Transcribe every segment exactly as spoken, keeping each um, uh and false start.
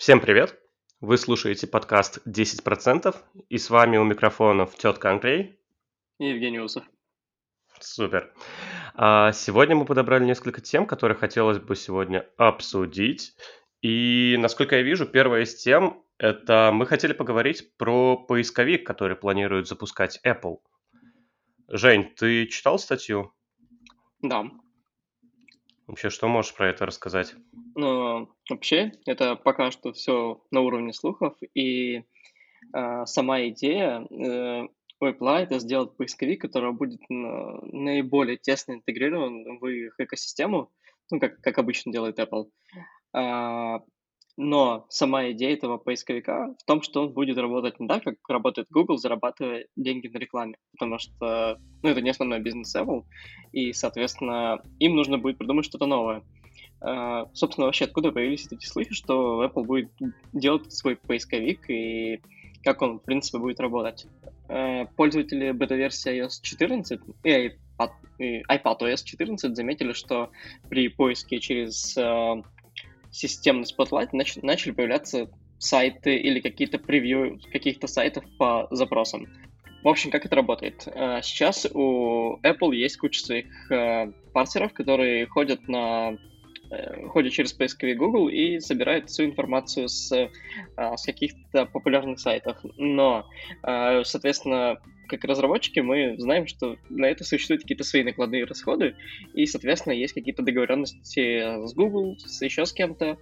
Всем привет! Вы слушаете подкаст десять процентов, и с вами у микрофонов тетка Андрей. И Евгений Усов. Супер. А, Сегодня мы подобрали несколько тем, которые хотелось бы сегодня обсудить. И, насколько я вижу, первая из тем– это мы хотели поговорить про поисковик, который планирует запускать Apple. Жень, ты читал статью? Да, Вообще, что можешь про это рассказать? но вообще это пока что все на уровне слухов, и а, сама идея э, у Apple это сделать поисковик, который будет на- наиболее тесно интегрирован в их экосистему, ну, как, как обычно делает Apple. А, но сама идея этого поисковика в том, что он будет работать не так, как работает Google, зарабатывая деньги на рекламе, потому что, ну, это не основной бизнес Apple, и, соответственно, им нужно будет придумать что-то новое. А, собственно, вообще, откуда появились эти слухи, что Apple будет делать свой поисковик и как он, в принципе, будет работать? Э, Пользователи бета-версии iOS четырнадцать и iPad, и iPadOS четырнадцать заметили, что при поиске через э, системный Spotlight нач- начали появляться сайты или какие-то превью каких-то сайтов по запросам. В общем, как это работает? Э, Сейчас у Apple есть куча своих э, парсеров, которые ходят на э, ходят через поисковик Google и собирают всю информацию с, э, с каких-то популярных сайтов. Но, э, соответственно, как разработчики мы знаем, что на это существуют какие-то свои накладные расходы, и, соответственно, есть какие-то договоренности с Google, с еще с кем-то,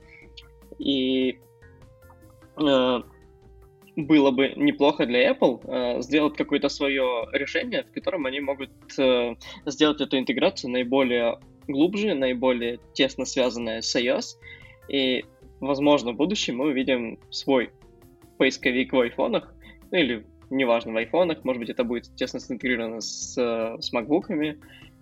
и э, было бы неплохо для Apple э, сделать какое-то свое решение, в котором они могут э, сделать эту интеграцию наиболее глубже, наиболее тесно связанная с iOS. И, возможно, в будущем мы увидим свой поисковик в айфонах, ну или неважно, в айфонах, может быть, это будет тесно интегрировано с, э, с макбуками.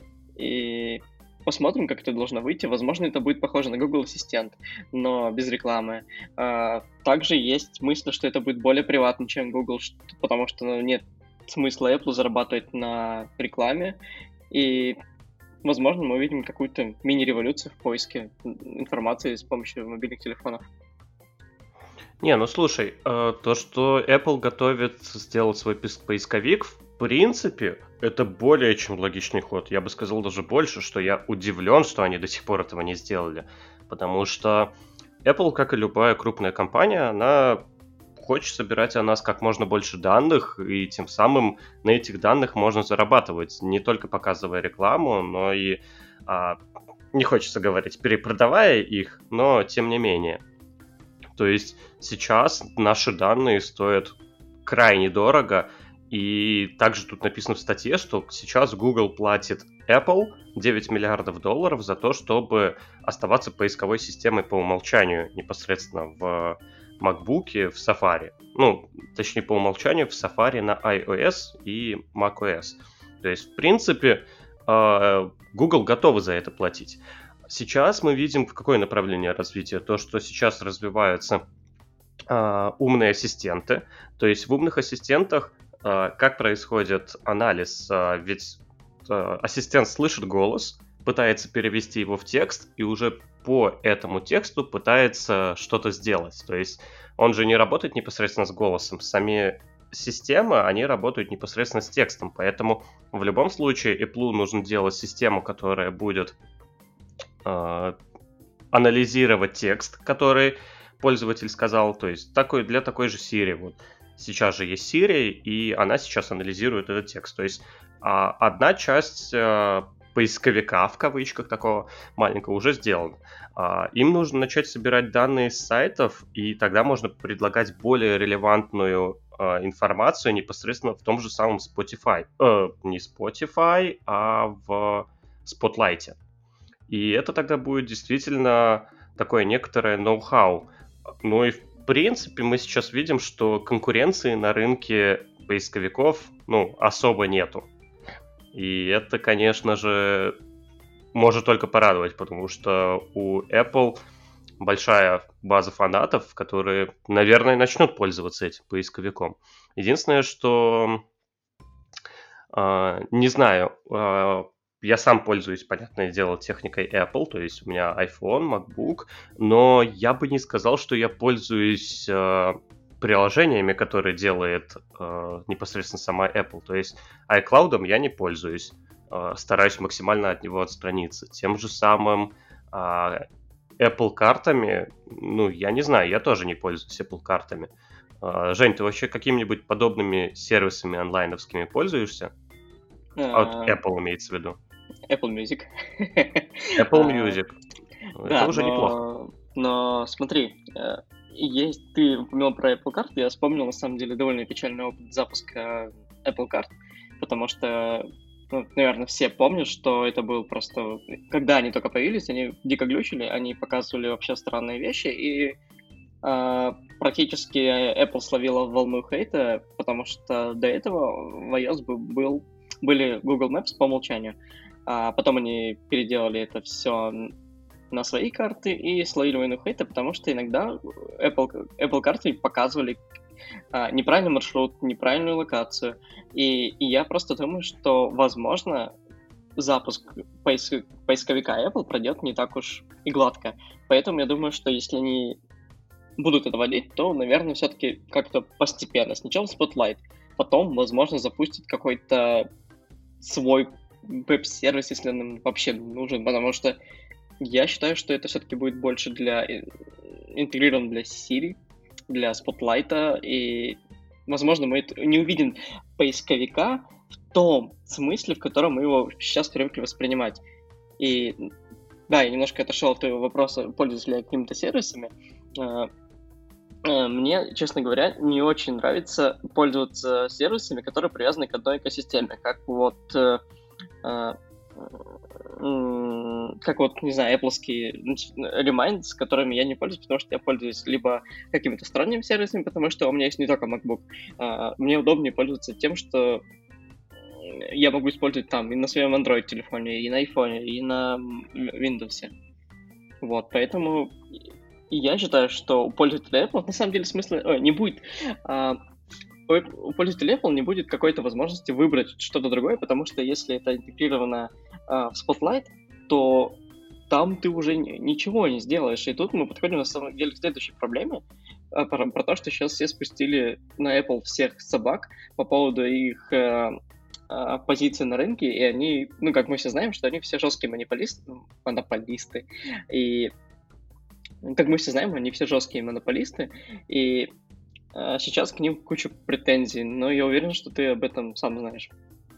И посмотрим, как это должно выйти. Возможно, это будет похоже на Google Ассистент, но без рекламы. А, Также есть мысль, что это будет более приватно, чем Google, ш- потому что ну, нет смысла Apple зарабатывать на рекламе. И, возможно, мы увидим какую-то мини-революцию в поиске информации с помощью мобильных телефонов. Не, ну слушай, э, то, что Apple готовит сделать свой пис- поисковик, в принципе, это более чем логичный ход. Я бы сказал даже больше, что я удивлен, что они до сих пор этого не сделали. Потому что Apple, как и любая крупная компания, она хочет собирать о нас как можно больше данных, и тем самым на этих данных можно зарабатывать, не только показывая рекламу, но и, а, не хочется говорить, перепродавая их, но тем не менее. То есть сейчас наши данные стоят крайне дорого, и также тут написано в статье, что сейчас Google платит Apple девять миллиардов долларов за то, чтобы оставаться поисковой системой по умолчанию непосредственно в MacBook, в Safari. Ну, точнее, по умолчанию в Safari на iOS и macOS. То есть, в принципе, э, Google готовы за это платить. Сейчас мы видим, в какое направление развития. То, что сейчас развиваются а, умные ассистенты. То есть в умных ассистентах а, как происходит анализ? А, ведь а, ассистент слышит голос, пытается перевести его в текст и уже по этому тексту пытается что-то сделать. То есть он же не работает непосредственно с голосом. Сами системы, они работают непосредственно с текстом. Поэтому в любом случае Apple нужно делать систему, которая будет э, анализировать текст, который пользователь сказал. То есть такой, для такой же Siri. Вот сейчас же есть Siri, и она сейчас анализирует этот текст. То есть а, одна часть э, поисковика, в кавычках, такого маленького уже сделана. А, им нужно начать собирать данные с сайтов, и тогда можно предлагать более релевантную э, информацию непосредственно в том же самом Spotify. Э, не Spotify, а в Spotlight. И это тогда будет действительно такое некоторое ноу-хау. Ну и в принципе мы сейчас видим, что конкуренции на рынке поисковиков, ну, особо нету. И это, конечно же, может только порадовать, потому что у Apple большая база фанатов, которые, наверное, начнут пользоваться этим поисковиком. Единственное, что э, не знаю, э, я сам пользуюсь, понятное дело, техникой Apple, то есть у меня iPhone, MacBook, но я бы не сказал, что я пользуюсь э, приложениями, которые делает э, непосредственно сама Apple. То есть iCloud я не пользуюсь, э, стараюсь максимально от него отстраниться. Тем же самым э, Apple картами, ну, я не знаю, я тоже не пользуюсь Apple картами. Э, Жень, ты вообще какими-нибудь подобными сервисами онлайновскими пользуешься? От А, Apple имеется в виду. Apple Music. Apple А, Music. Это Да, уже неплохо. но, но смотри, э, есть, ты упомянул про Apple карты, я вспомнил, на самом деле, довольно печальный опыт запуска Apple карт, потому что, ну, наверное, все помнят, что это был просто... Когда они только появились, они дико глючили, они показывали вообще странные вещи, и а, практически Apple словила волну хейта, потому что до этого в iOS бы- был, были Google Maps по умолчанию, а потом они переделали это все на свои карты и словили волну хейта, потому что иногда Apple, Apple карты показывали а, неправильный маршрут, неправильную локацию. И, и я просто думаю, что, возможно, запуск поиск- поисковика Apple пройдет не так уж и гладко. Поэтому я думаю, что если они будут это вводить, то, наверное, все-таки как-то постепенно. Сначала Spotlight, потом, возможно, запустить какой-то свой веб-сервис, если он вообще нужен, потому что я считаю, что это все-таки будет больше для э, интегрирован для Siri, для Spotlight, и, возможно, мы это- не увидим поисковика в том смысле, в котором мы его сейчас привыкли воспринимать. И да, я немножко отошел от твоего вопроса, пользуюсь ли я какими-то сервисами. Э, э, Мне, честно говоря, не очень нравится пользоваться сервисами, которые привязаны к одной экосистеме, как вот э, э, м, как вот, не знаю, Apple'ские Remind, с которыми я не пользуюсь, потому что я пользуюсь либо какими-то сторонними сервисами, потому что у меня есть не только MacBook. А, Мне удобнее пользоваться тем, что я могу использовать там и на своем Android телефоне, и на iPhone, и на м, Windows. Вот, поэтому я считаю, что у пользователя Apple на самом деле смысла ой, не будет. А, у App- у пользователя Apple не будет какой-то возможности выбрать что-то другое, потому что если это интегрировано а, в Spotlight, то там ты уже ни- ничего не сделаешь. И тут мы подходим на самом деле к следующей проблеме, а, про, про то, что сейчас все спустили на Apple всех собак по поводу их э, а, позиции на рынке, и они, ну, как мы все знаем, что они все жесткие монополисты, монополисты, и как мы все знаем, они все жесткие монополисты, и а, сейчас к ним куча претензий, но я уверен, что ты об этом сам знаешь.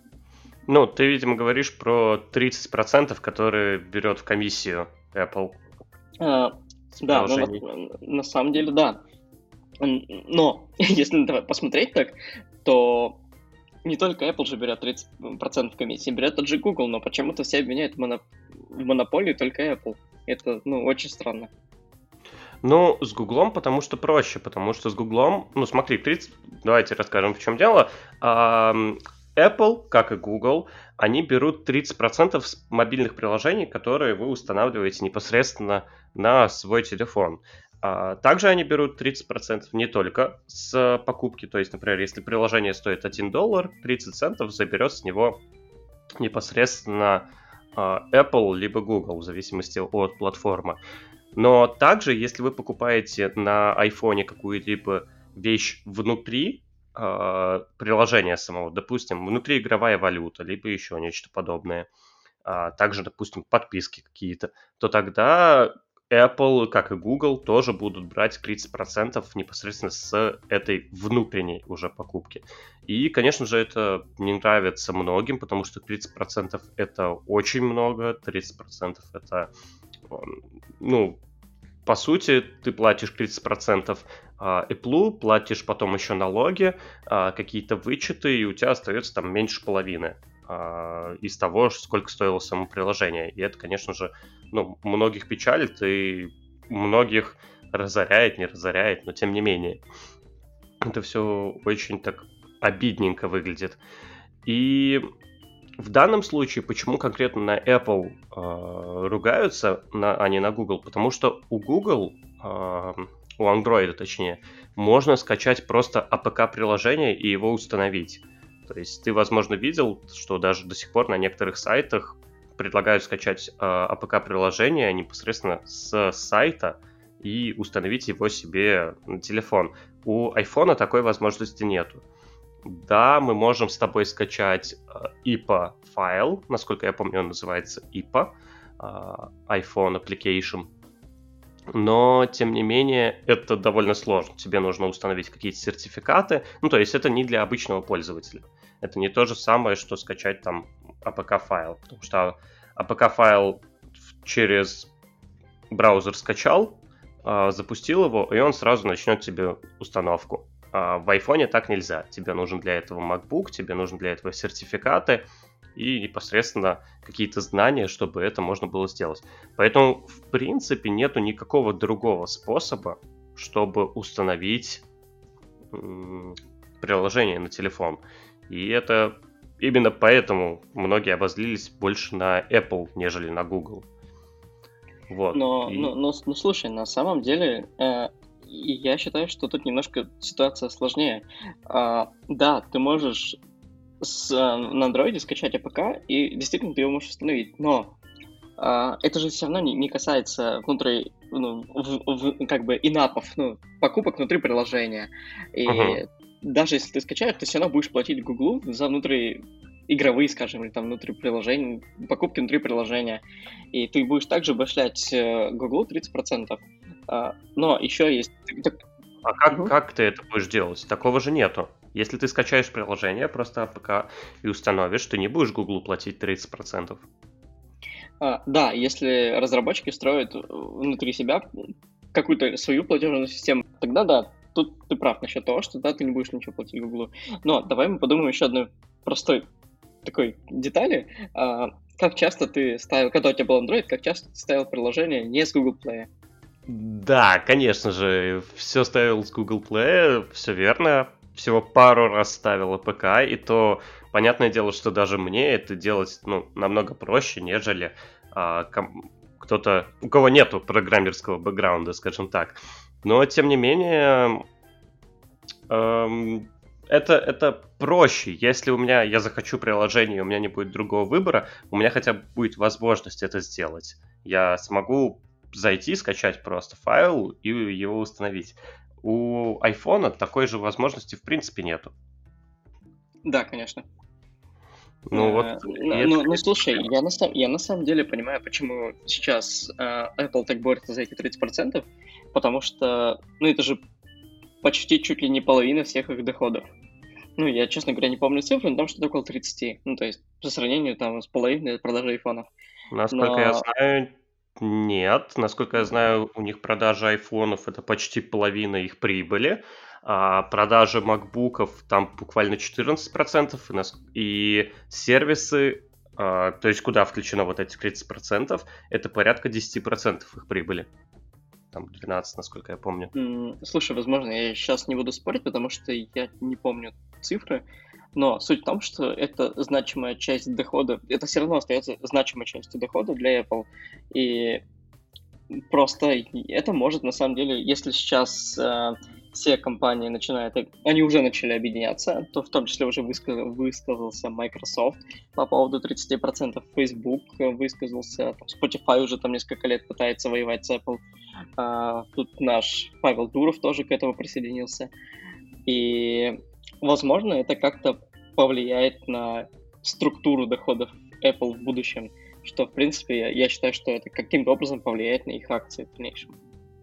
Ну, ты, видимо, говоришь про тридцать процентов, которые берет в комиссию Apple А, с да, ну, приложений. на, на самом деле, да. Н- Но если на это посмотреть так, то не только Apple же берет тридцать процентов комиссии, берет тот же Google, но почему-то все обвиняют в моно- в монополии только Apple. Это, ну, очень странно. Ну, с Гуглом потому что проще, потому что с Гуглом, ну смотри, тридцать, давайте расскажем, в чем дело. Ам, Apple, как и Google, они берут тридцать процентов с мобильных приложений, которые вы устанавливаете непосредственно на свой телефон. А также они берут тридцать процентов не только с покупки, то есть, например, если приложение стоит один доллар, тридцать центов заберет с него непосредственно а, Apple либо Google, в зависимости от платформы. Но также, если вы покупаете на айфоне какую-либо вещь внутри э, приложения самого, допустим, внутриигровая валюта, либо еще нечто подобное, а также, допустим, подписки какие-то, то тогда Apple, как и Google, тоже будут брать тридцать процентов непосредственно с этой внутренней уже покупки. И, конечно же, это не нравится многим, потому что тридцать процентов это очень много, тридцать процентов это, м, ну, по сути, ты платишь тридцать процентов а, Apple, платишь потом еще налоги, а, какие-то вычеты, и у тебя остается там меньше половины а, из того, сколько стоило само приложение. И это, конечно же, ну, многих печалит и многих разоряет, не разоряет, но тем не менее. Это все очень так обидненько выглядит. И в данном случае, почему конкретно на Apple э, ругаются, на, а не на Google? Потому что у Google, э, у Android точнее, можно скачать просто эй пи кей-приложение и его установить. То есть ты, возможно, видел, что даже до сих пор на некоторых сайтах предлагают скачать э, эй пи кей-приложение непосредственно с сайта и установить его себе на телефон. У iPhone такой возможности нету. Да, мы можем с тобой скачать э, ай пи эй-файл, насколько я помню, он называется ай пи эй, э, iPhone Application. Но, тем не менее, это довольно сложно. Тебе нужно установить какие-то сертификаты. Ну, то есть это не для обычного пользователя. Это не то же самое, что скачать там эй пи кей-файл. Потому что эй пи кей-файл через браузер скачал, запустил его, и он сразу начнет тебе установку. А в айфоне так нельзя. Тебе нужен для этого MacBook, тебе нужны для этого сертификаты и непосредственно какие-то знания, чтобы это можно было сделать. Поэтому, в принципе, нету никакого другого способа, чтобы установить м- приложение на телефон. И это именно поэтому многие обозлились больше на Apple, нежели на Google. Вот. Но, И- ну, ну, ну, слушай, на самом деле, э, и я считаю, что тут немножко ситуация сложнее. А, да, ты можешь с, э, на андроиде скачать эй пи кей, и действительно ты его можешь установить, но а, это же все равно не, не касается внутри, ну, в- в- как бы инапов, ну, покупок внутри приложения. И Мгм. даже если ты скачаешь, ты все равно будешь платить Гуглу за внутриигровые, скажем, или там внутри приложения, покупки внутри приложения. И ты будешь также башлять э, Гуглу тридцать процентов. А, но еще есть... так- А как, Мгм. как ты это будешь делать? Такого же нету. Если ты скачаешь приложение просто эй пи кей и установишь, ты не будешь Гуглу платить тридцать процентов. А, да, если разработчики строят э, внутри себя какую-то свою платежную систему, тогда да, тут ты прав насчет того, что да, ты не будешь ничего платить Гуглу. Но давай мы подумаем еще одной простой такой детали. А, как часто ты ставил, когда у тебя был Android, как часто ты ставил приложение не с Google Play? Да, конечно же, все ставил с Google Play, все верно. Всего пару раз ставил эй пи кей, и то, понятное дело, что даже мне это делать, ну, намного проще, нежели а, ком- кто-то, у кого нету программерского бэкграунда, скажем так. Но, тем не менее, эм, это, это проще. Если у меня, я захочу приложение, и у меня не будет другого выбора, у меня хотя бы будет возможность это сделать. Я смогу зайти, скачать просто файл и его установить. У айфона такой же возможности в принципе нету. Да, конечно. Ну вот, Э, и Ну, это, ну, ну, конечно, слушай, проблема. я на, сам- я на самом деле понимаю, почему сейчас э, Apple так борется за эти тридцать процентов, потому что, ну, это же почти чуть ли не половина всех их доходов. Ну, я, честно говоря, не помню цифры, но там что-то около тридцать. Ну, то есть, по сравнению там с половиной продажи айфонов. Насколько я Но, знаю, нет. Насколько я знаю, у них продажа айфонов это почти половина их прибыли. А продажи макбуков там буквально четырнадцать процентов. И, нас- и сервисы, а, то есть куда включено вот эти тридцать процентов, это порядка десять процентов их прибыли. Там двенадцать, насколько я помню. м, слушай, возможно, я сейчас не буду спорить, потому что я не помню цифры, но суть в том, что это значимая часть дохода, это все равно остается значимой частью дохода для Apple. И просто это может, на самом деле, если сейчас э, все компании начинают, они уже начали объединяться, то в том числе уже высказал, высказался Microsoft по поводу тридцать процентов, Facebook высказался, там, Spotify уже там несколько лет пытается воевать с Apple, а, тут наш Павел Дуров тоже к этому присоединился. И, возможно, это как-то повлияет на структуру доходов Apple в будущем, что, в принципе, я, я считаю, что это каким-то образом повлияет на их акции в дальнейшем.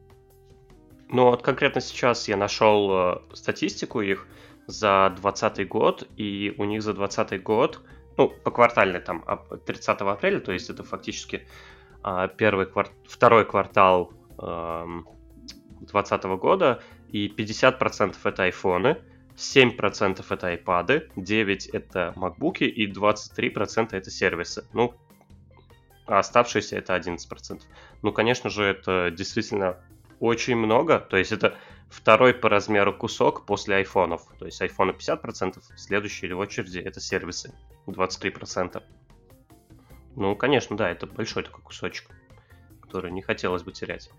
Ну вот конкретно сейчас я нашел э, статистику их за двадцатый год, и у них за двадцатый год, ну, поквартально там ап- тридцатого апреля, то есть это фактически а, первый квар- второй квартал эм, двадцатого года, и пятьдесят процентов это айфоны, семь процентов это айпады, девять процентов это макбуки и двадцать три процента это сервисы. Ну, а оставшиеся это одиннадцать процентов. Ну, конечно же, это действительно очень много. То есть это второй по размеру кусок после айфонов. То есть айфоны пятьдесят процентов, следующие в очереди это сервисы двадцать три процента. Ну, конечно, да, это большой такой кусочек, который не хотелось бы терять.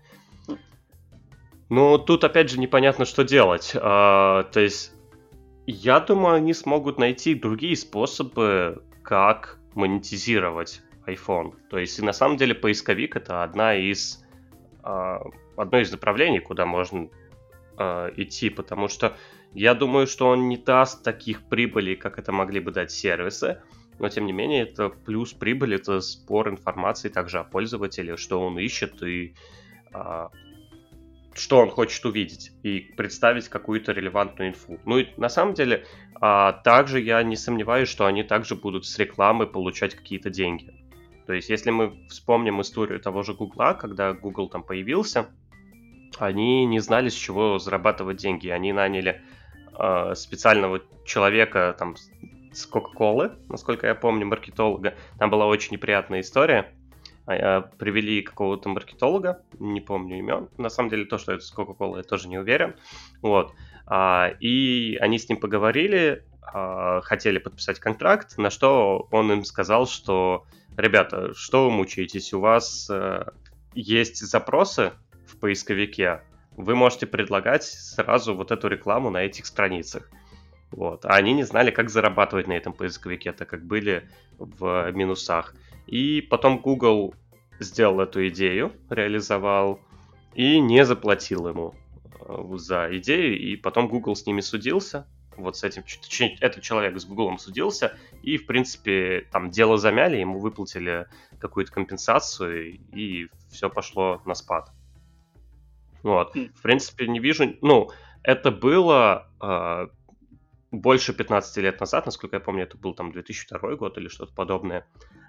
Ну, тут опять же непонятно, что делать. А, то есть я думаю, они смогут найти другие способы, как монетизировать iPhone. То есть, и на самом деле поисковик — это одна из, э, одно из направлений, куда можно э, идти, потому что я думаю, что он не даст таких прибылей, как это могли бы дать сервисы, но тем не менее это плюс прибыль, это сбор информации также о пользователе, что он ищет и э, что он хочет увидеть, и представить какую-то релевантную инфу. Ну и на самом деле, а, также я не сомневаюсь, что они также будут с рекламы получать какие-то деньги. То есть, если мы вспомним историю того же Гугла, когда Google там появился, они не знали, с чего зарабатывать деньги. Они наняли а, специального человека там с Кока-Колы, насколько я помню, маркетолога. Там была очень неприятная история. Привели какого-то маркетолога, не помню имен. На самом деле, то, что это с Coca-Cola, я тоже не уверен. Вот. И они с ним поговорили, хотели подписать контракт, на что он им сказал, что, ребята, что вы мучаетесь, у вас есть запросы в поисковике, вы можете предлагать сразу вот эту рекламу на этих страницах. Вот. А они не знали, как зарабатывать на этом поисковике, так как были в минусах. И потом Google сделал эту идею, реализовал и не заплатил ему за идею. И потом Google с ними судился. Вот с этим, этот человек с Google судился. И, в принципе, там дело замяли, ему выплатили какую-то компенсацию, и все пошло на спад. Вот. В принципе, не вижу... Ну, это было... больше пятнадцати лет назад, насколько я помню, это был там две тысячи второй год или что-то подобное.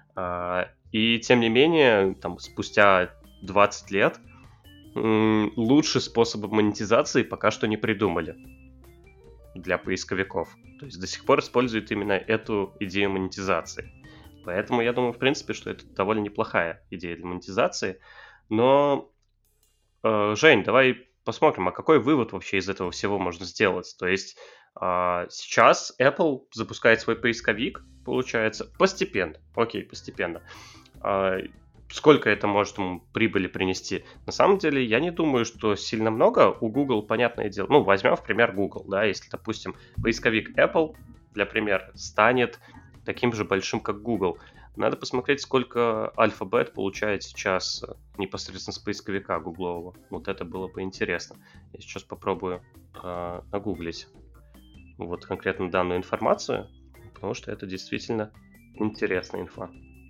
И тем не менее, там, спустя двадцать лет лучше способы монетизации пока что не придумали для поисковиков. То есть до сих пор используют именно эту идею монетизации. Поэтому я думаю, в принципе, что это довольно неплохая идея для монетизации. Но, Жень, давай посмотрим, а какой вывод вообще из этого всего можно сделать? То есть сейчас Apple запускает свой поисковик, получается, постепенно. Окей, постепенно. Сколько это может ему прибыли принести? На самом деле, я не думаю, что сильно много. У Google, понятное дело, ну, возьмем в пример Google, да, если, допустим, поисковик Apple, для примера, станет таким же большим, как Google. Надо посмотреть, сколько Alphabet получает сейчас непосредственно с поисковика гуглового. Вот это было бы интересно. Я сейчас попробую э, нагуглить вот конкретно данную информацию, потому что это действительно интересная инфа.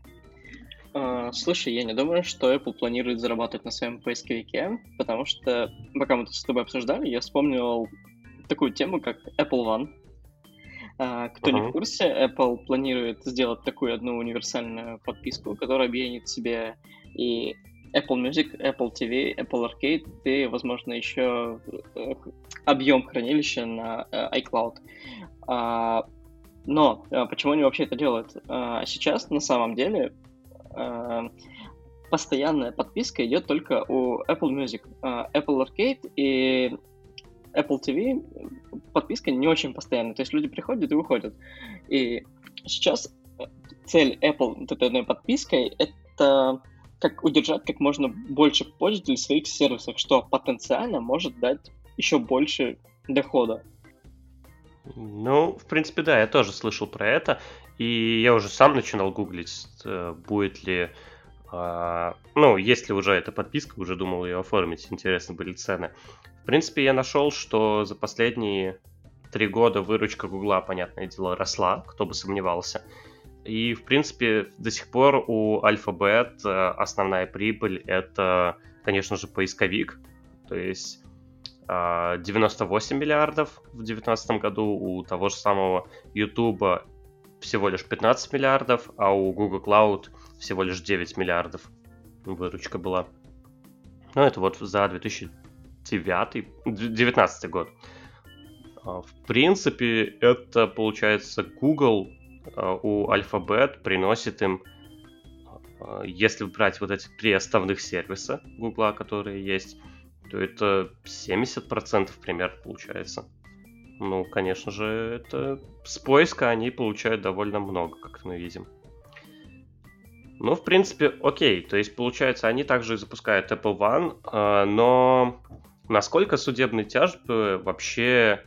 Uh, слушай, я не думаю, что Apple планирует зарабатывать на своем поисковике, потому что, пока мы тут с тобой обсуждали, я вспомнил такую тему, как Apple One. Uh, кто uh-huh. не в курсе, Apple планирует сделать такую одну универсальную подписку, которая объединит в себе и Apple Music, Apple ти ви, Apple Arcade и, возможно, еще объем хранилища на iCloud. Uh, но uh, почему они вообще это делают? Uh, сейчас, на самом деле, Uh, постоянная подписка идет только у Apple Music. Uh, Apple Arcade и Apple ти ви подписка не очень постоянная. То есть люди приходят и уходят. И сейчас цель Apple вот этой одной подпиской — это как удержать как можно больше пользователей в своих сервисах, что потенциально может дать еще больше дохода. Ну, в принципе, да, я тоже слышал про это. И я уже сам начинал гуглить, будет ли, э, ну, есть ли уже эта подписка, уже думал ее оформить, интересны были цены. В принципе, я нашел, что за последние три года выручка Гугла, понятное дело, росла, кто бы сомневался. И, в принципе, до сих пор у Alphabet основная прибыль — это, конечно же, поисковик, то есть э, девяносто восемь миллиардов в две тысячи девятнадцатом году, у того же самого YouTube всего лишь пятнадцать миллиардов, а у Google Cloud всего лишь девять миллиардов выручка была. Ну, это вот за две тысячи девятнадцатый год. В принципе, это, получается, Google у Alphabet приносит им, если брать вот эти три основных сервиса Google, которые есть, то это семьдесят процентов примерно получается. Ну, конечно же, это с поиска они получают довольно много, как мы видим. Ну, в принципе, окей. То есть, получается, они также запускают Apple One, но насколько судебные тяжбы вообще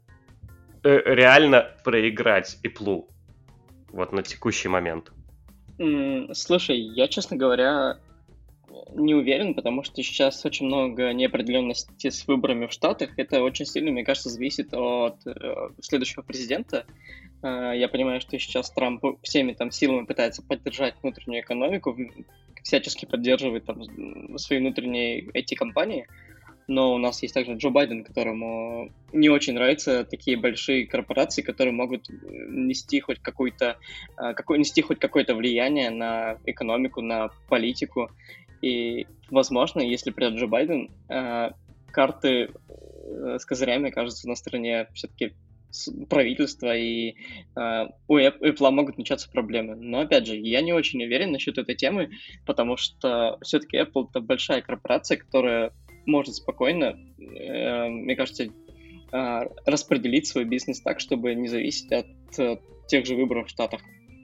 реально проиграть Apple вот на текущий момент? М, Слушай, я, честно говоря, не уверен, потому что сейчас очень много неопределенности с выборами в Штатах. Это очень сильно, мне кажется, зависит от э, следующего президента. Э, Я понимаю, что сейчас Трамп всеми там силами пытается поддержать внутреннюю экономику, в- всячески поддерживает там м, свои внутренние I T-компании. Но у нас есть также Джо Байден, которому не очень нравятся такие большие корпорации, которые могут э, нести хоть какую-то, э, какое, нести хоть какое-то влияние на экономику, на политику. И, возможно, если придет Джо Байден, э, карты э, с козырями окажутся на стороне все-таки правительства, и э, у Эп- Apple могут начаться проблемы. Но, опять же, я не очень уверен насчет этой темы, потому что все-таки Apple — это большая корпорация, которая может спокойно, э, мне кажется, э, распределить свой бизнес так, чтобы не зависеть от э, тех же выборов в Штатах.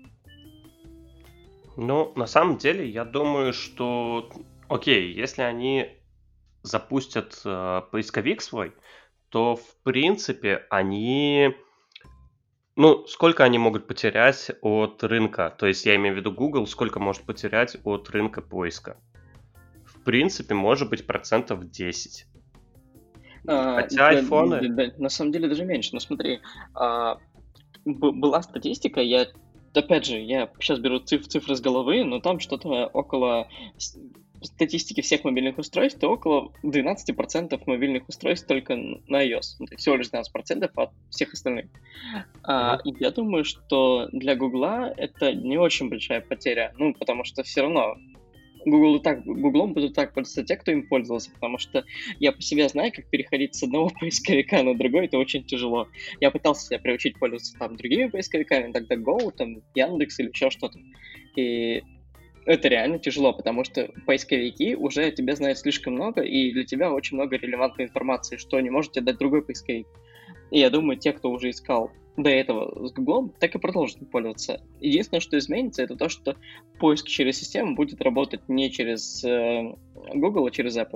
Ну, на самом деле, я думаю, что, окей, если они запустят э, поисковик свой, то, в принципе, они... Ну, сколько они могут потерять от рынка? То есть я имею в виду Google, сколько может потерять от рынка поиска? В принципе, может быть, процентов десять. А, Хотя да- айфоны... да- да, на самом деле даже меньше. Но смотри, а, б- была статистика, я опять же, я сейчас беру циф- цифры с головы, но там что-то около с- статистики всех мобильных устройств, то около двенадцать процентов мобильных устройств только н- на iOS. Ну, то есть всего лишь двенадцать процентов от всех остальных. А, Мгм. и я думаю, что для Гугла это не очень большая потеря, ну, потому что все равно Google и так, Гуглом будут так пользоваться те, кто им пользовался, потому что я по себе знаю, как переходить с одного поисковика на другой, это очень тяжело. Я пытался себя приучить пользоваться там другими поисковиками, тогда Go, там Яндекс или еще что-то. И это реально тяжело, потому что поисковики уже о тебе знают слишком много, и для тебя очень много релевантной информации, что не может тебе дать другой поисковик. И я думаю, те, кто уже искал до этого с Гуглом, так и продолжат им пользоваться. Единственное, что изменится, это то, что поиск через систему будет работать не через э, Google, а через Apple.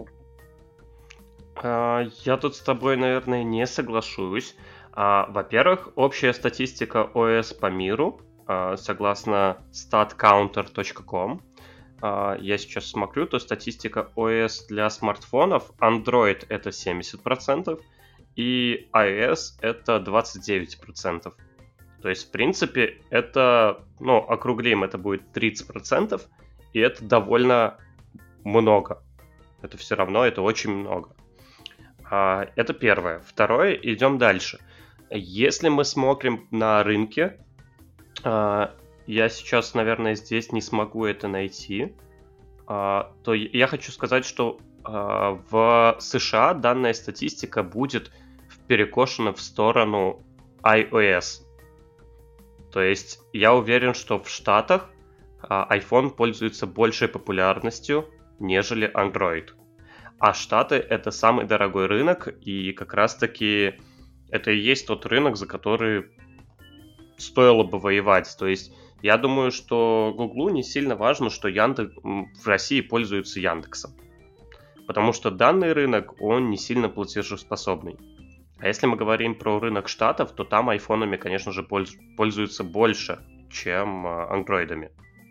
А, Я тут с тобой, наверное, не соглашусь. А, Во-первых, общая статистика о эс по миру, а, согласно stat counter точка com, а, я сейчас смотрю, то статистика о эс для смартфонов, Android это семьдесят процентов и iOS это двадцать девять процентов. То есть, в принципе, это, ну, округлим, это будет тридцать процентов, и это довольно много. Это все равно, это очень много. А, Это первое. Второе, идем дальше. Если мы смотрим на рынке, а, я сейчас, наверное, здесь не смогу это найти, а, то я хочу сказать, что а, в США данная статистика будет перекошена в сторону iOS. То есть я уверен, что в Штатах а, iPhone пользуется большей популярностью, нежели Android. А Штаты это самый дорогой рынок, и как раз-таки это и есть тот рынок, за который стоило бы воевать. То есть я думаю, что Гуглу не сильно важно, что Яндекс в России пользуется Яндексом. Потому что данный рынок, он не сильно платежеспособный. А если мы говорим про рынок Штатов, то там айфонами, конечно же, польз- пользуются больше, чем а, андроидами.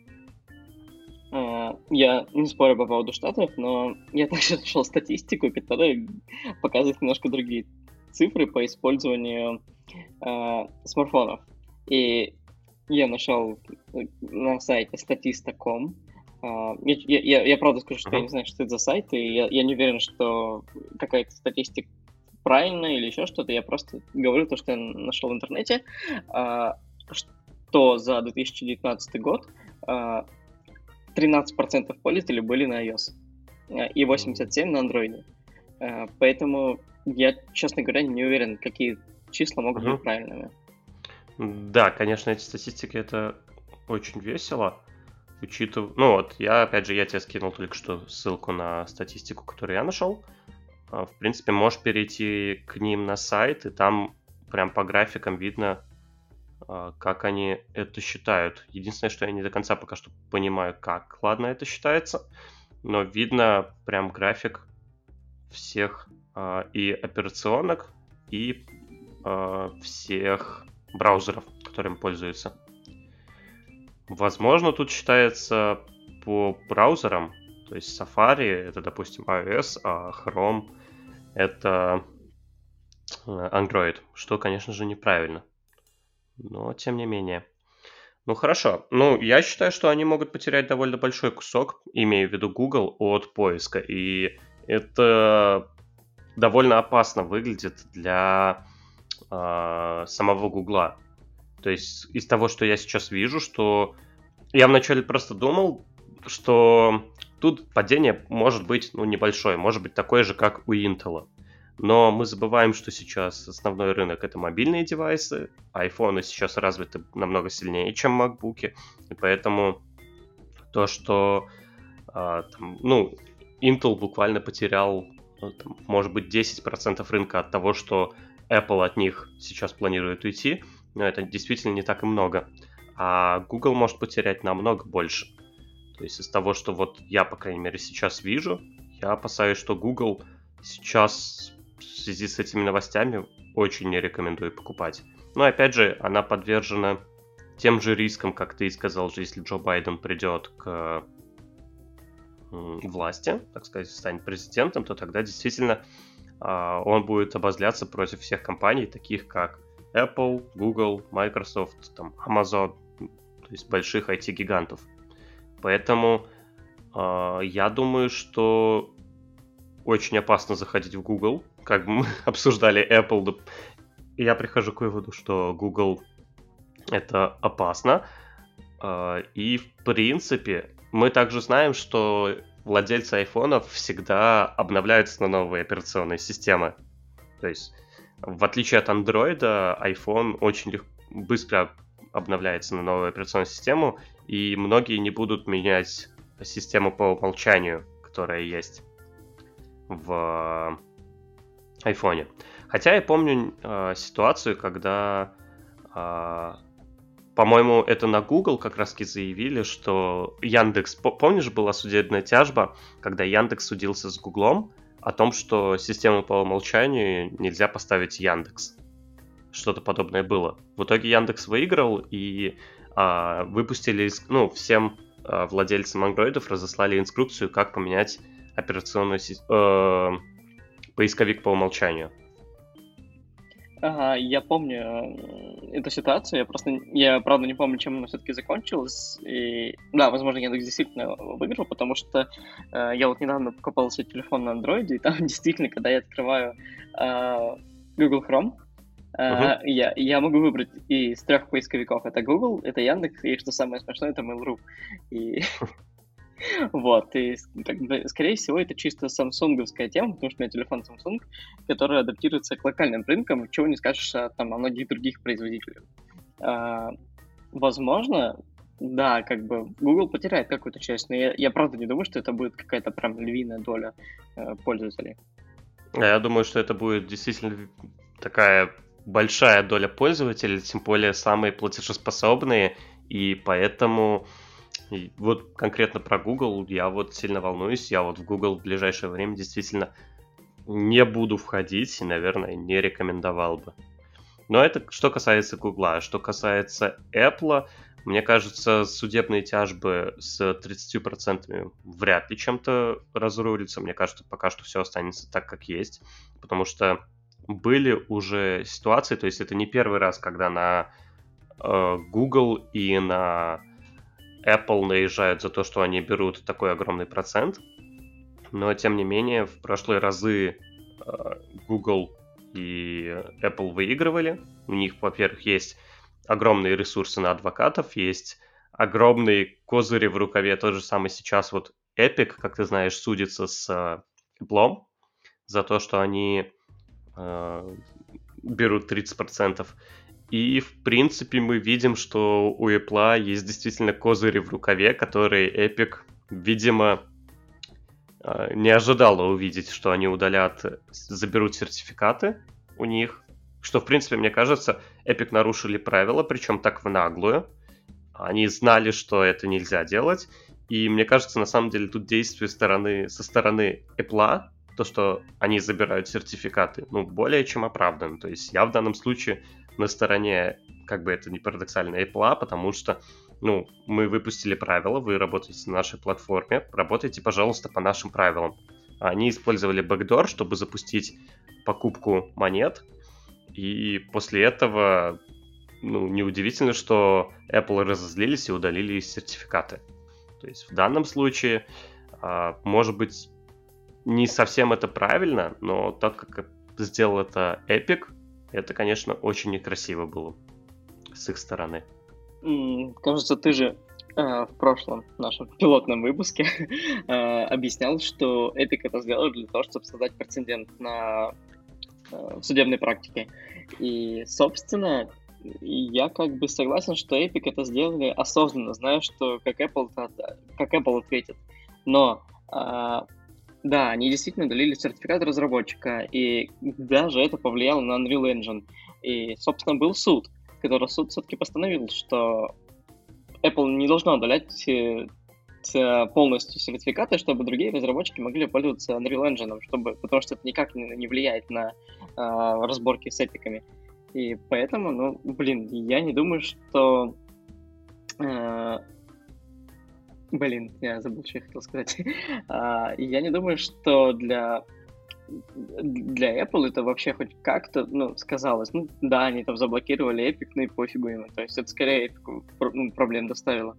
А, Я не спорю по поводу Штатов, но я также нашел статистику, которая показывает немножко другие цифры по использованию а, смартфонов. И я нашел на сайте statista точка com. А, Я, я, я- я правда скажу, что я Мгм. не знаю, что это за сайт, и я, я не уверен, что какая-то статистика правильная или еще что-то. Я просто говорю то, что я нашел в интернете, а, что за две тысячи девятнадцатый год а, тринадцать процентов пользователей были на iOS а, и восемьдесят семь на Android. А, Поэтому я, честно говоря, не уверен, какие числа могут быть Мгм. правильными. Да, конечно, эти статистики это очень весело. Учитывая... Ну вот, я, опять же, я тебе скинул только что ссылку на статистику, которую я нашел. А, В принципе, можешь перейти к ним на сайт, и там прям по графикам видно, а, как они это считают. Единственное, что я не до конца пока что понимаю, как ладно это считается, но видно прям график всех а, и операционок, и а, всех браузеров, которыми пользуются. Возможно, тут считается по браузерам, то есть Safari это, допустим, iOS, а Chrome это Android, что, конечно же, неправильно. Но, тем не менее. Ну, хорошо. Ну, я считаю, что они могут потерять довольно большой кусок, имея в виду Google, от поиска. И это довольно опасно выглядит для э, самого Гугла. То есть из того, что я сейчас вижу, что я вначале просто думал, что тут падение может быть, ну, небольшое, может быть такое же, как у Intel. Но мы забываем, что сейчас основной рынок это мобильные девайсы, айфоны сейчас развиты намного сильнее, чем макбуки, и поэтому то, что а, там, ну, Intel буквально потерял, ну, там, может быть, десять процентов рынка от того, что Apple от них сейчас планирует уйти, но это действительно не так и много. А Google может потерять намного больше. То есть из того, что вот я, по крайней мере, сейчас вижу, я опасаюсь, что Google сейчас в связи с этими новостями очень не рекомендую покупать. Но опять же, она подвержена тем же рискам, как ты и сказал, что если Джо Байден придет к власти, так сказать, станет президентом, то тогда действительно он будет обозляться против всех компаний, таких как Apple, Google, Microsoft, там, Amazon, то есть больших ай ти-гигантов. Поэтому э, я думаю, что очень опасно заходить в Google. Как мы обсуждали Apple, я прихожу к выводу, что Google это опасно. Э, и в принципе мы также знаем, что владельцы айфонов всегда обновляются на новые операционные системы. То есть в отличие от Android, iPhone очень легко, быстро обновляется на новую операционную систему, и многие не будут менять систему по умолчанию, которая есть в iPhone. Хотя я помню э, ситуацию, когда, э, по-моему, это на Google как раз-таки заявили, что Яндекс... Помнишь, была судебная тяжба, когда Яндекс судился с Гуглом о том, что систему по умолчанию нельзя поставить Яндекс. Что-то подобное было. В итоге Яндекс выиграл и а, выпустили, ну, всем а, владельцам андроидов разослали инструкцию, как поменять операционную э, поисковик по умолчанию. Ага, я помню эту ситуацию, я просто, я правда не помню, чем она все-таки закончилась, и да, возможно, Яндекс действительно выиграл, потому что э, я вот недавно покупал себе телефон на андроиде, и там действительно, когда я открываю э, Google Chrome, э, uh-huh. я, я могу выбрать из трех поисковиков, это Google, это Яндекс, и что самое смешное, это Mail.ru, и... Вот, и как бы, скорее всего, это чисто самсунговская тема, потому что у меня телефон Samsung, который адаптируется к локальным рынкам, чего не скажешь там, о многих других производителях. А, возможно, да, как бы Google потеряет какую-то часть, но я, я правда не думаю, что это будет какая-то прям львиная доля э, пользователей. Я думаю, что это будет действительно такая большая доля пользователей, тем более самые платежеспособные, и поэтому... И вот конкретно про Google я вот сильно волнуюсь. Я вот в Google в ближайшее время действительно не буду входить и, наверное, не рекомендовал бы. Но это что касается Google. Что касается Apple, мне кажется, судебные тяжбы с тридцатью процентами вряд ли чем-то разрулятся. Мне кажется, пока что все останется так, как есть. Потому что были уже ситуации, то есть это не первый раз, когда на э, Google и на Apple наезжают за то, что они берут такой огромный процент, но тем не менее в прошлые разы Google и Apple выигрывали. У них, во-первых, есть огромные ресурсы на адвокатов, есть огромные козыри в рукаве. Тот же самый сейчас вот Epic, как ты знаешь, судится с Apple за то, что они э, берут тридцать процентов. И, в принципе, мы видим, что у Apple есть действительно козыри в рукаве, которые Epic, видимо, не ожидала увидеть, что они удалят, заберут сертификаты у них. Что, в принципе, мне кажется, Epic нарушили правила, причем так в наглую. Они знали, что это нельзя делать. И мне кажется, на самом деле, тут действие стороны, со стороны Apple, то, что они забирают сертификаты, ну, более чем оправдано. То есть я в данном случае на стороне, как бы это ни парадоксально, Apple, потому что ну, мы выпустили правила, вы работаете на нашей платформе, работайте, пожалуйста, по нашим правилам. Они использовали бэкдор, чтобы запустить покупку монет, и после этого, ну, неудивительно, что Apple разозлились и удалили сертификаты. То есть в данном случае, может быть, не совсем это правильно, но так как сделал это Epic, это, конечно, очень некрасиво было с их стороны. Кажется, ты же э, в прошлом нашем пилотном выпуске э, объяснял, что Epic это сделал для того, чтобы создать прецедент на э, судебной практике. И, собственно, я как бы согласен, что Epic это сделали осознанно, зная, что как Apple, как Apple ответит. Но э, да, они действительно удалили сертификат разработчика, и даже это повлияло на Unreal Engine. И, собственно, был суд, который суд все-таки постановил, что Apple не должна удалять полностью сертификаты, чтобы другие разработчики могли пользоваться Unreal Engine, чтобы, потому что это никак не, не влияет на э, разборки с эпиками. И поэтому, ну, блин, я не думаю, что... Э, блин, я забыл, что я хотел сказать. uh, я не думаю, что для... для Apple это вообще хоть как-то, ну, сказалось. Ну, да, они там заблокировали Epic, ну и пофигу им. То есть это скорее Epic ну, проблем доставило.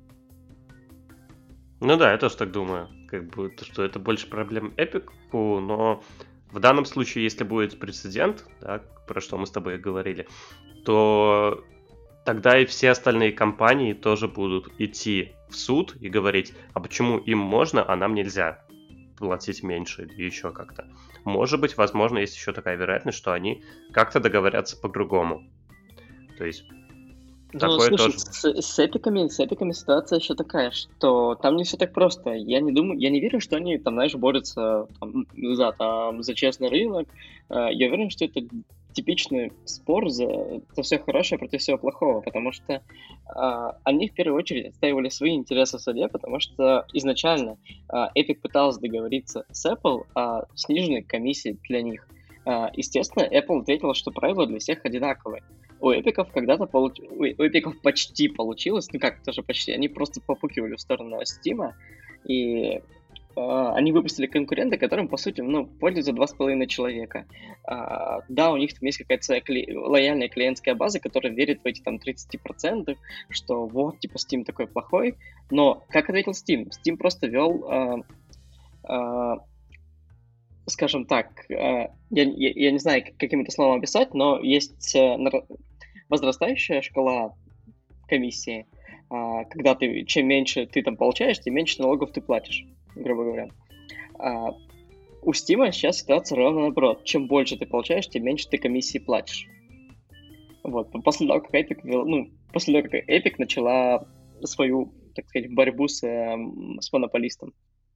Ну да, я тоже так думаю. Как бы, что это больше проблем Epic, но в данном случае, если будет прецедент, да, про что мы с тобой говорили, то тогда и все остальные компании тоже будут идти в суд и говорить, а почему им можно, а нам нельзя платить меньше или еще как-то. Может быть, возможно, есть еще такая вероятность, что они как-то договорятся по-другому. То есть ну, такое слушай, тоже... с, с эпиками, с эпиками ситуация еще такая, что там не все так просто. Я не думаю, я не верю, что они там, знаешь, борются там, за, там, за честный рынок. Я уверен, что это типичный спор за, за все хорошее против всего плохого, потому что э, они в первую очередь отстаивали свои интересы в суде, потому что изначально э, Epic пытался договориться с Apple о сниженной комиссии для них. Э, естественно, Apple ответила, что правила для всех одинаковые. У эпиков когда-то получ... у эпиков почти получилось, ну как тоже почти, они просто попукивали в сторону Steam, и Uh, они выпустили конкурента, которым, по сути, ну, пользуются два с половиной человека. Uh, да, у них там есть какая-то своя кли... лояльная клиентская база, которая верит в эти там тридцать процентов, что вот, типа, Steam такой плохой. Но, как ответил Steam? Steam просто вел, uh, uh, скажем так, uh, я, я, я не знаю, каким это словом описать, но есть uh, возрастающая шкала комиссии, uh, когда ты, чем меньше ты там получаешь, тем меньше налогов ты платишь, грубо говоря. А у Steam сейчас ситуация ровно наоборот. Чем больше ты получаешь, тем меньше ты комиссии платишь. Вот. После того, как Epic, ну, после того, как Epic начала свою, так сказать, борьбу с, с монополистом.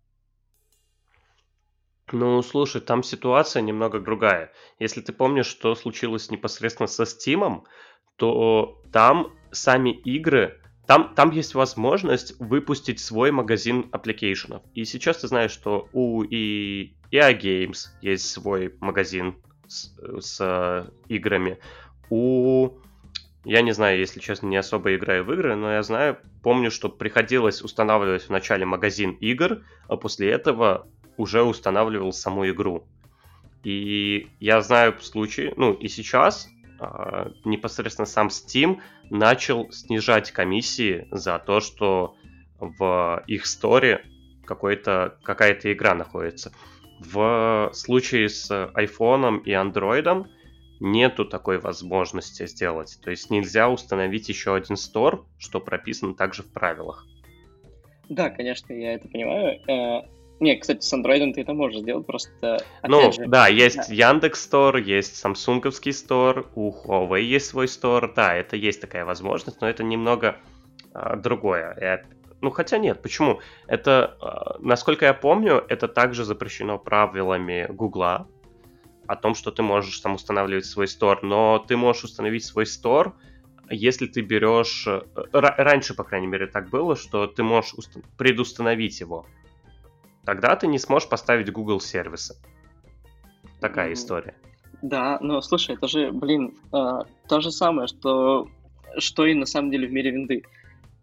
Ну, слушай, там ситуация немного другая. Если ты помнишь, что случилось непосредственно со Steam, то там сами игры... Там, там есть возможность выпустить свой магазин аппликейшенов. И сейчас ты знаешь, что у и и эй Games есть свой магазин с, с играми. У... Я не знаю, если честно, не особо играю в игры, но я знаю, помню, что приходилось устанавливать вначале магазин игр, а после этого уже устанавливал саму игру. И я знаю случаи, ну и сейчас... непосредственно сам Steam начал снижать комиссии за то, что в их сторе какой-то, какая-то игра находится. В случае с iPhone и Android нету такой возможности сделать. То есть нельзя установить еще один стор, что прописано также в правилах. Да, конечно, я это понимаю. Не, кстати, с Android ты это можешь сделать, просто... Ну, же, да, есть да. Яндекс.Стор, есть самсунговский стор, у Huawei есть свой стор, да, это есть такая возможность, но это немного а, другое. Я, ну, хотя нет, почему? Это, а, насколько я помню, это также запрещено правилами Гугла, о том, что ты можешь там устанавливать свой стор, но ты можешь установить свой стор, если ты берешь... Р- раньше, по крайней мере, так было, что ты можешь уст- предустановить его. Тогда ты не сможешь поставить Google сервисы. Такая mm-hmm. история. Да, но слушай, это же, блин, э, то же самое, что, что и на самом деле в мире винды.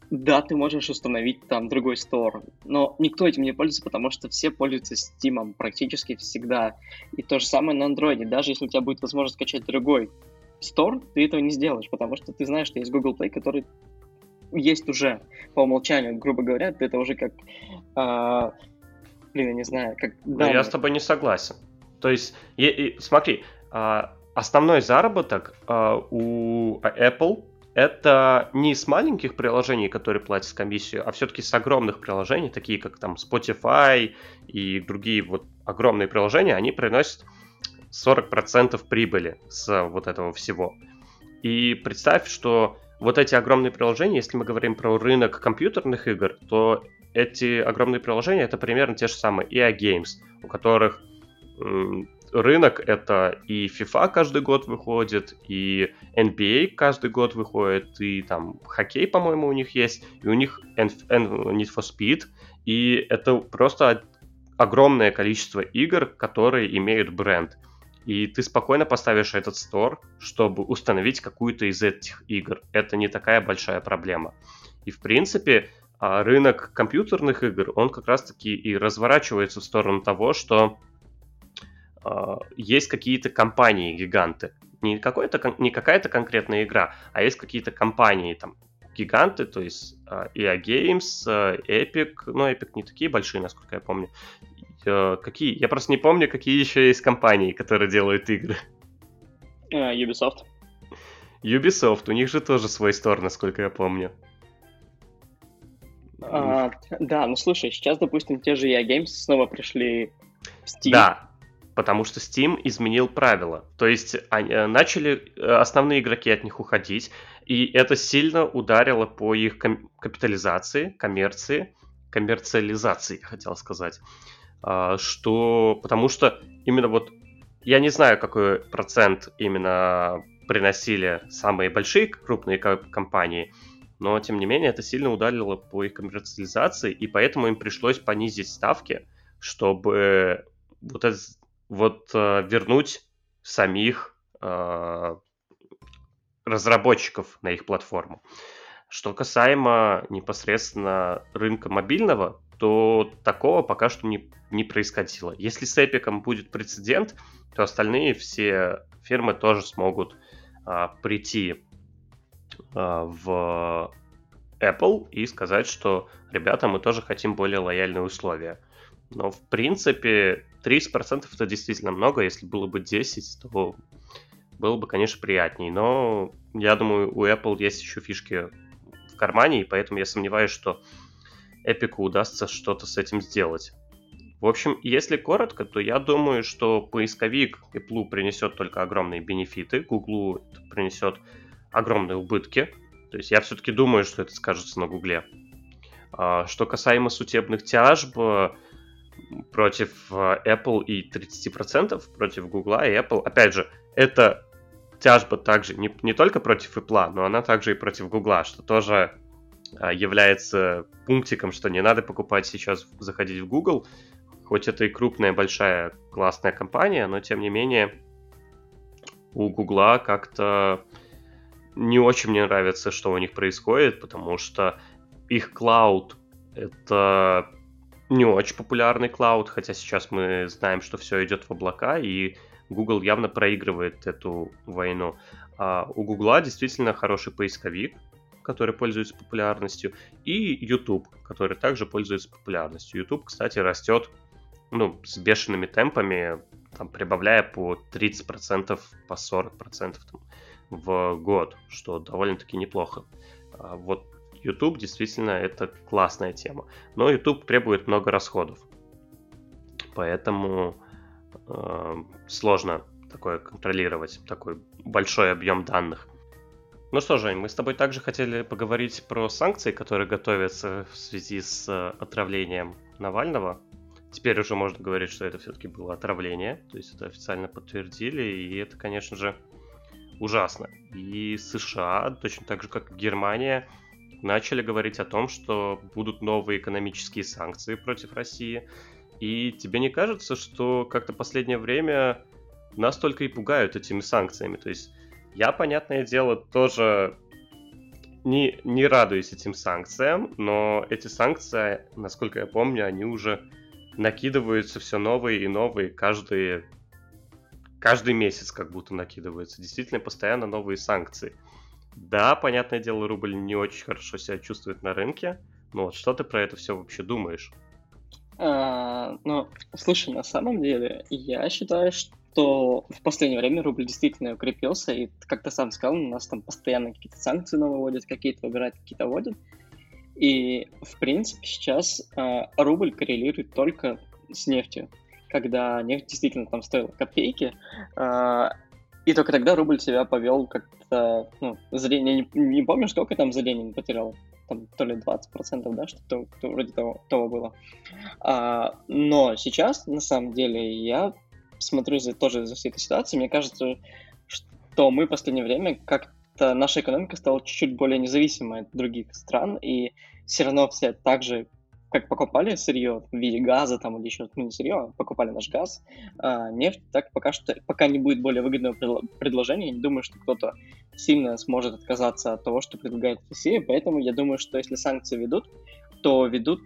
Да, ты можешь установить там другой стор, но никто этим не пользуется, потому что все пользуются Steam практически всегда. И то же самое на Android. Даже если у тебя будет возможность скачать другой стор, ты этого не сделаешь, потому что ты знаешь, что есть Google Play, который есть уже по умолчанию, грубо говоря, это уже как, а, блин, я не знаю, как Но я с даунлоад. тобой не согласен. То есть, и- и смотри, а, основной заработок а, у Apple это не с маленьких приложений, которые платят комиссию, а все-таки с огромных приложений, такие как там Spotify и другие вот огромные приложения, они приносят сорок процентов прибыли с вот этого всего. И представь, что вот эти огромные приложения, если мы говорим про рынок компьютерных игр, то эти огромные приложения это примерно те же самые и эй Games, у которых м, рынок это и FIFA каждый год выходит, и эн би эй каждый год выходит, и там хоккей, по-моему, у них есть, и у них N- N- Need for Speed, и это просто огромное количество игр, которые имеют бренд. И ты спокойно поставишь этот стор, чтобы установить какую-то из этих игр. Это не такая большая проблема. И в принципе, а, рынок компьютерных игр, он как раз-таки и разворачивается в сторону того, что а, есть какие-то компании-гиганты. Не, какой-то, кон- не какая-то конкретная игра, а есть какие-то компании, там, гиганты, то есть а, и эй Games, а, Epic, ну, Epic не такие большие, насколько я помню. Э, Какие? Я просто не помню, какие еще есть компании, которые делают игры. А, Ubisoft. Ubisoft, у них же тоже свой стор, насколько я помню. М, А, да, ну слушай, сейчас, допустим, те же и эй Games снова пришли в Steam. Да, потому что Steam изменил правила. То есть они, э, начали э, основные игроки от них уходить, и это сильно ударило по их ком- капитализации, коммерции, коммерциализации, я хотел сказать. А, что, потому что именно вот, я не знаю, какой процент именно приносили самые большие крупные ко- компании, но тем не менее это сильно ударило по их коммерциализации, и поэтому им пришлось понизить ставки, чтобы вот, это, вот э, вернуть самих э, разработчиков на их платформу. Что касаемо непосредственно рынка мобильного, то такого пока что не, не происходило. Если с Epic будет прецедент, то остальные все фирмы тоже смогут а, прийти а, в Apple и сказать, что, ребята, мы тоже хотим более лояльные условия. Но, в принципе, тридцать процентов это действительно много. Если было бы десять, то было бы, конечно, приятней. Но я думаю, у Apple есть еще фишки в кармане, и поэтому я сомневаюсь, что Epic удастся что-то с этим сделать. В общем, если коротко, то я думаю, что поисковик Apple принесет только огромные бенефиты, Google принесет огромные убытки. То есть я все-таки думаю, что это скажется на Гугле. А, Что касаемо судебных тяжб э, против э, Apple и тридцать процентов против Google и Apple, опять же, это тяжба также не, не только против Apple, но она также и против Google, что тоже а, является пунктиком, что не надо покупать сейчас, заходить в Google, хоть это и крупная, большая, классная компания, но тем не менее у Google как-то не очень мне нравится, что у них происходит, потому что их клауд — это не очень популярный клауд, хотя сейчас мы знаем, что все идет в облака, и Google явно проигрывает эту войну. А у Google действительно хороший поисковик, который пользуется популярностью, и YouTube, который также пользуется популярностью. YouTube, кстати, растет ну, с бешеными темпами, там, прибавляя по тридцать процентов, по сорок процентов там, в год, что довольно-таки неплохо. А вот YouTube действительно это классная тема. Но YouTube требует много расходов. Поэтому э, сложно такое контролировать, такой большой объем данных. Ну что, Жень, мы с тобой также хотели поговорить про санкции, которые готовятся в связи с э, отравлением Навального. Теперь уже можно говорить, что это все-таки было отравление, то есть это официально подтвердили, и это, конечно же, ужасно. И США, точно так же, как и Германия, начали говорить о том, что будут новые экономические санкции против России. И тебе не кажется, что как-то последнее время нас только и пугают этими санкциями? То есть я, понятное дело, тоже не, не радуюсь этим санкциям, но эти санкции, насколько я помню, они уже накидываются все новые и новые, каждые, каждый месяц как будто накидываются. Действительно, постоянно новые санкции. Да, понятное дело, рубль не очень хорошо себя чувствует на рынке, но вот что ты про это все вообще думаешь? А, ну, слушай, на самом деле, я считаю, что в последнее время рубль действительно укрепился, и как ты сам сказал, у нас там постоянно какие-то санкции новые вводят, какие-то выбирают, какие-то вводят. И, в принципе, сейчас а, рубль коррелирует только с нефтью. Когда нефть действительно там стоила копейки, а, и только тогда рубль себя повел как-то, ну, за день, я не, не помню, сколько там за день он потерял, там то ли двадцать процентов, да, что-то то, вроде того, того было. А, но сейчас, на самом деле, я смотрю за, тоже за всей этой ситуацией, мне кажется, что мы в последнее время как-то, наша экономика стала чуть-чуть более независимой от других стран, и все равно все так же, как покупали сырье в виде газа там или еще, ну не сырье, а покупали наш газ, а, нефть, так пока что, пока не будет более выгодного предло- предложения, я не думаю, что кто-то сильно сможет отказаться от того, что предлагает Россия, поэтому я думаю, что если санкции ведут, то ведут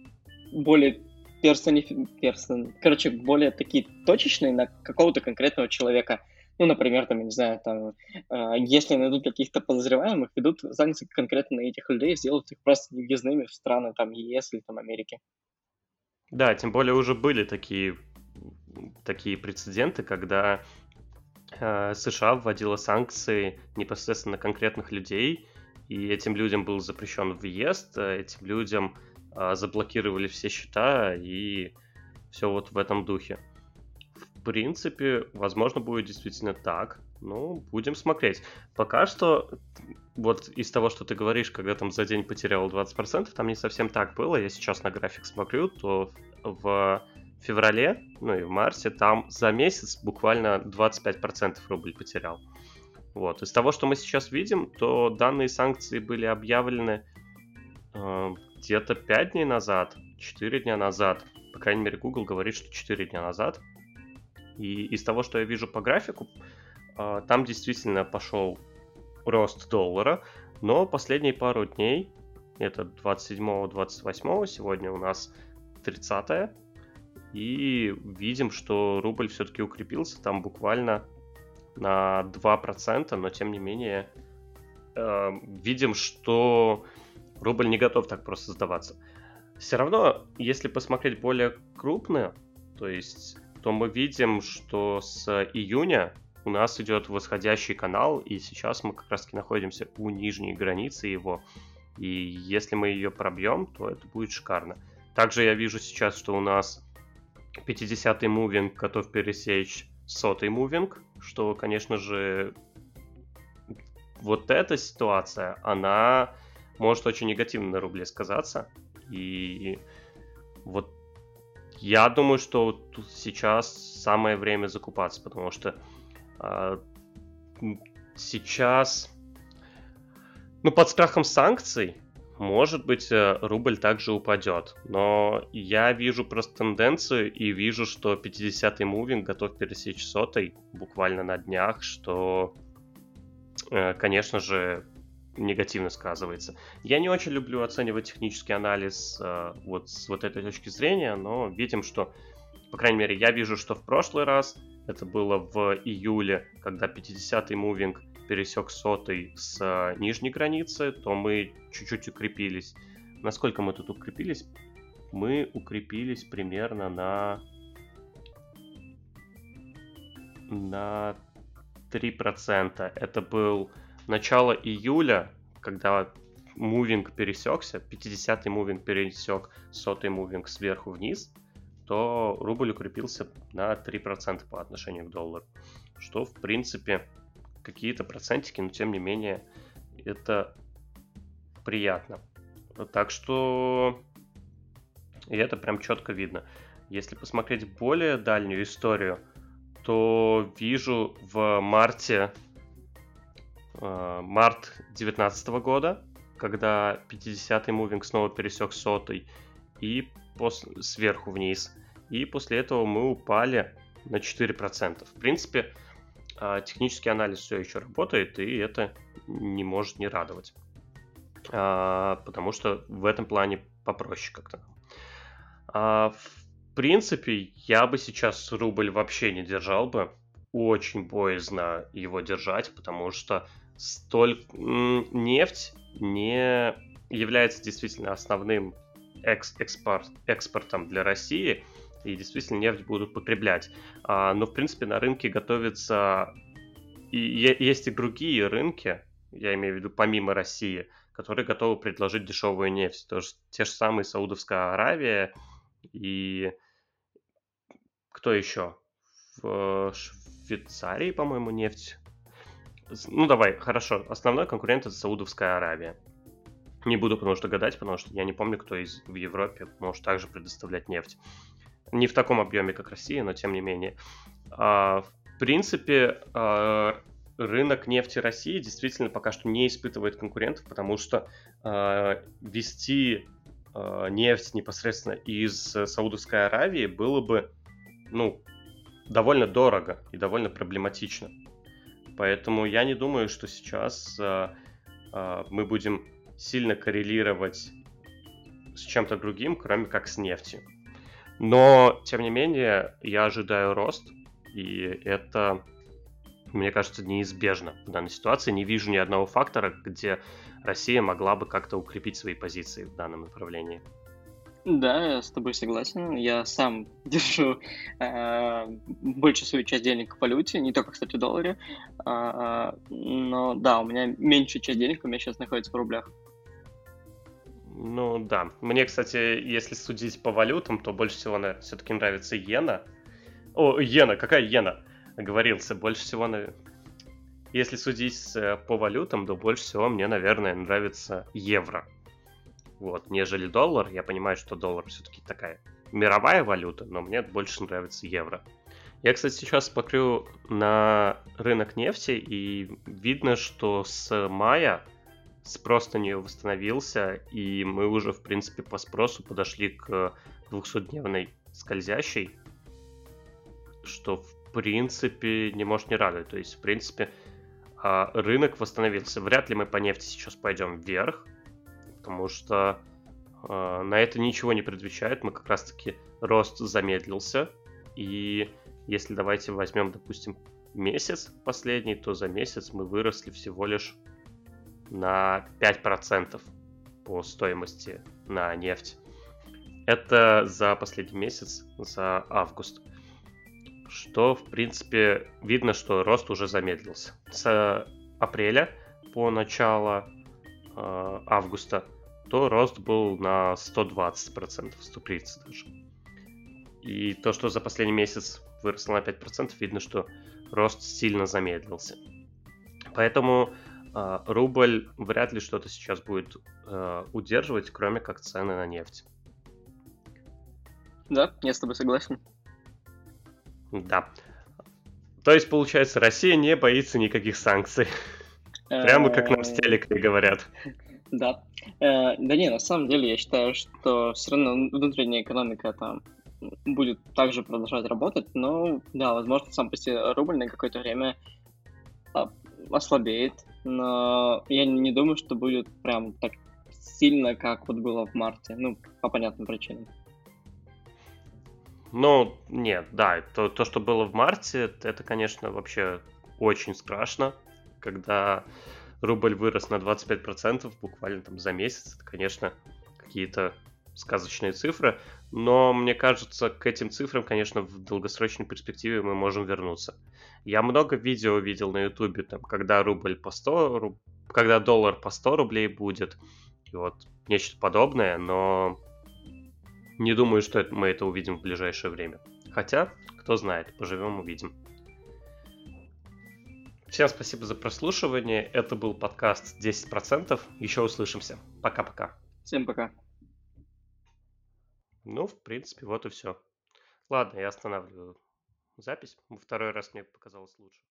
более персонифи... персон... короче, более такие точечные на какого-то конкретного человека. Ну, например, там, я не знаю, там, э, если найдут каких-то подозреваемых, ведут санкции конкретно на этих людей, сделают их просто невъездными в страны, там, ЕС или там Америки. Да, тем более уже были такие, такие прецеденты, когда э, США вводила санкции непосредственно на конкретных людей, и этим людям был запрещен въезд, э, этим людям э, заблокировали все счета, и все вот в этом духе. В принципе, возможно, будет действительно так. Ну, будем смотреть. Пока что, вот из того, что ты говоришь, когда там за день потерял двадцать процентов, там не совсем так было. Я сейчас на график смотрю, то в феврале, ну и в марте, там за месяц буквально двадцать пять процентов рубль потерял. Вот. Из того, что мы сейчас видим, то данные санкции были объявлены э, где-то пять дней назад, четыре дня назад. По крайней мере, Google говорит, что четыре дня назад. И из того, что я вижу по графику, э, там действительно пошел рост доллара, но последние пару дней, это двадцать седьмого двадцать восьмого, сегодня у нас тридцатое, и видим, что рубль все-таки укрепился там буквально на два процента, но тем не менее э, видим, что рубль не готов так просто сдаваться. Все равно, если посмотреть более крупно, то есть, то мы видим, что с июня у нас идет восходящий канал, и сейчас мы как раз таки находимся у нижней границы его. И если мы ее пробьем, то это будет шикарно. Также я вижу сейчас, что у нас пятидесятый мувинг готов пересечь сотый мувинг, что, конечно же, вот эта ситуация, она может очень негативно на рубле сказаться. И вот я думаю, что тут сейчас самое время закупаться, потому что э, сейчас, ну, под страхом санкций, может быть, рубль также упадет. Но я вижу просто тенденцию и вижу, что пятидесятый мувинг готов пересечь сотый буквально на днях, что, э, конечно же, негативно сказывается. Я не очень люблю оценивать технический анализ э, вот с вот этой точки зрения, но видим, что, по крайней мере, я вижу, что в прошлый раз, это было в июле, когда пятидесятый мувинг пересек сотый с э, нижней границы, то мы чуть-чуть укрепились. Насколько мы тут укрепились? Мы укрепились примерно на на три процента. Это был начало июля, когда мувинг пересекся, пятидесятый мувинг пересек сотый мувинг сверху вниз, то рубль укрепился на три процента по отношению к доллару. Что, в принципе, какие-то процентики, но тем не менее, это приятно. Так что и это прям четко видно. Если посмотреть более дальнюю историю, то вижу в марте март две тысячи девятнадцатого года, когда пятидесятый мувинг снова пересек сотый и пос... сверху вниз. И после этого мы упали на четыре процента. В принципе, технический анализ все еще работает, и это не может не радовать. а, потому что в этом плане попроще как-то. А, в принципе, я бы сейчас рубль вообще не держал бы. Очень боязно его держать, потому что столь м, нефть не является действительно основным экс- экспорт, экспортом для России, и действительно нефть будут потреблять. А, но, в принципе, на рынке готовится... И е- есть и другие рынки, я имею в виду помимо России, которые готовы предложить дешевую нефть. То есть те же самые Саудовская Аравия и кто еще? В Швейцарии, по-моему, нефть. С- Ну, давай, хорошо. Основной конкурент это Саудовская Аравия. Не буду, потому что гадать, потому что я не помню, кто из в Европе может также предоставлять нефть. Не в таком объеме, как Россия, но тем не менее. А, в принципе, а, рынок нефти России действительно пока что не испытывает конкурентов, потому что а, вести а, нефть непосредственно из Саудовской Аравии было бы, ну, довольно дорого и довольно проблематично. Поэтому я не думаю, что сейчас а, а, мы будем сильно коррелировать с чем-то другим, кроме как с нефтью. Но, тем не менее, я ожидаю рост, и это, мне кажется, неизбежно в данной ситуации. Не вижу ни одного фактора, где Россия могла бы как-то укрепить свои позиции в данном направлении. Да, я с тобой согласен. Я сам держу э, большую свою часть денег в валюте, не только, кстати, в долларе. А, но да, у меня меньшая часть денег у меня сейчас находится в рублях. Ну да. Мне, кстати, если судить по валютам, то больше всего, наверное, все-таки нравится иена. О, иена, какая иена? Оговорился. Больше всего, наве- если судить э, по валютам, то больше всего мне, наверное, нравится евро. Вот, нежели доллар. Я понимаю, что доллар все-таки такая мировая валюта, но мне больше нравится евро. Я, кстати, сейчас смотрю на рынок нефти, и видно, что с мая спрос на нее восстановился, и мы уже, в принципе, по спросу подошли к двухсотдневной скользящей, что, в принципе, не может не радовать. То есть, в принципе, а, рынок восстановился. Вряд ли мы по нефти сейчас пойдем вверх, потому что э, на это ничего не предвещает. Мы как раз-таки рост замедлился. И если давайте возьмем, допустим, месяц последний, то за месяц мы выросли всего лишь на пять процентов по стоимости на нефть. Это за последний месяц, за август. Что, в принципе, видно, что рост уже замедлился. С апреля по начало э, августа, то рост был на сто двадцать процентов, сто тридцать даже. И то, что за последний месяц выросло на пять процентов, видно, что рост сильно замедлился. Поэтому э, рубль вряд ли что-то сейчас будет э, удерживать, кроме как цены на нефть. Да, я с тобой согласен. Да. То есть, получается, Россия не боится никаких санкций. Прямо как нам с Э, телеками говорят. Да. Э, Да не, на самом деле я считаю, что все равно внутренняя экономика там будет также продолжать работать, но да, возможно, сам по себе рубль на какое-то время а, ослабеет, но я не думаю, что будет прям так сильно, как вот было в марте, ну, по понятным причинам. Ну, нет, да, то, то, что было в марте, это, конечно, вообще очень страшно, когда рубль вырос на двадцать пять процентов буквально там за месяц. Это, конечно, какие-то сказочные цифры, но мне кажется, к этим цифрам, конечно, в долгосрочной перспективе мы можем вернуться. Я много видео видел на ютубе, там, когда рубль по сто, руб- когда доллар по сто рублей будет, и вот нечто подобное, но не думаю, что это- мы это увидим в ближайшее время. Хотя, кто знает, поживем увидим. Всем спасибо за прослушивание. Это был подкаст десять процентов. Еще услышимся. Пока-пока. Всем пока. Ну, в принципе, вот и все. Ладно, я останавливаю запись. Во второй раз мне показалось лучше.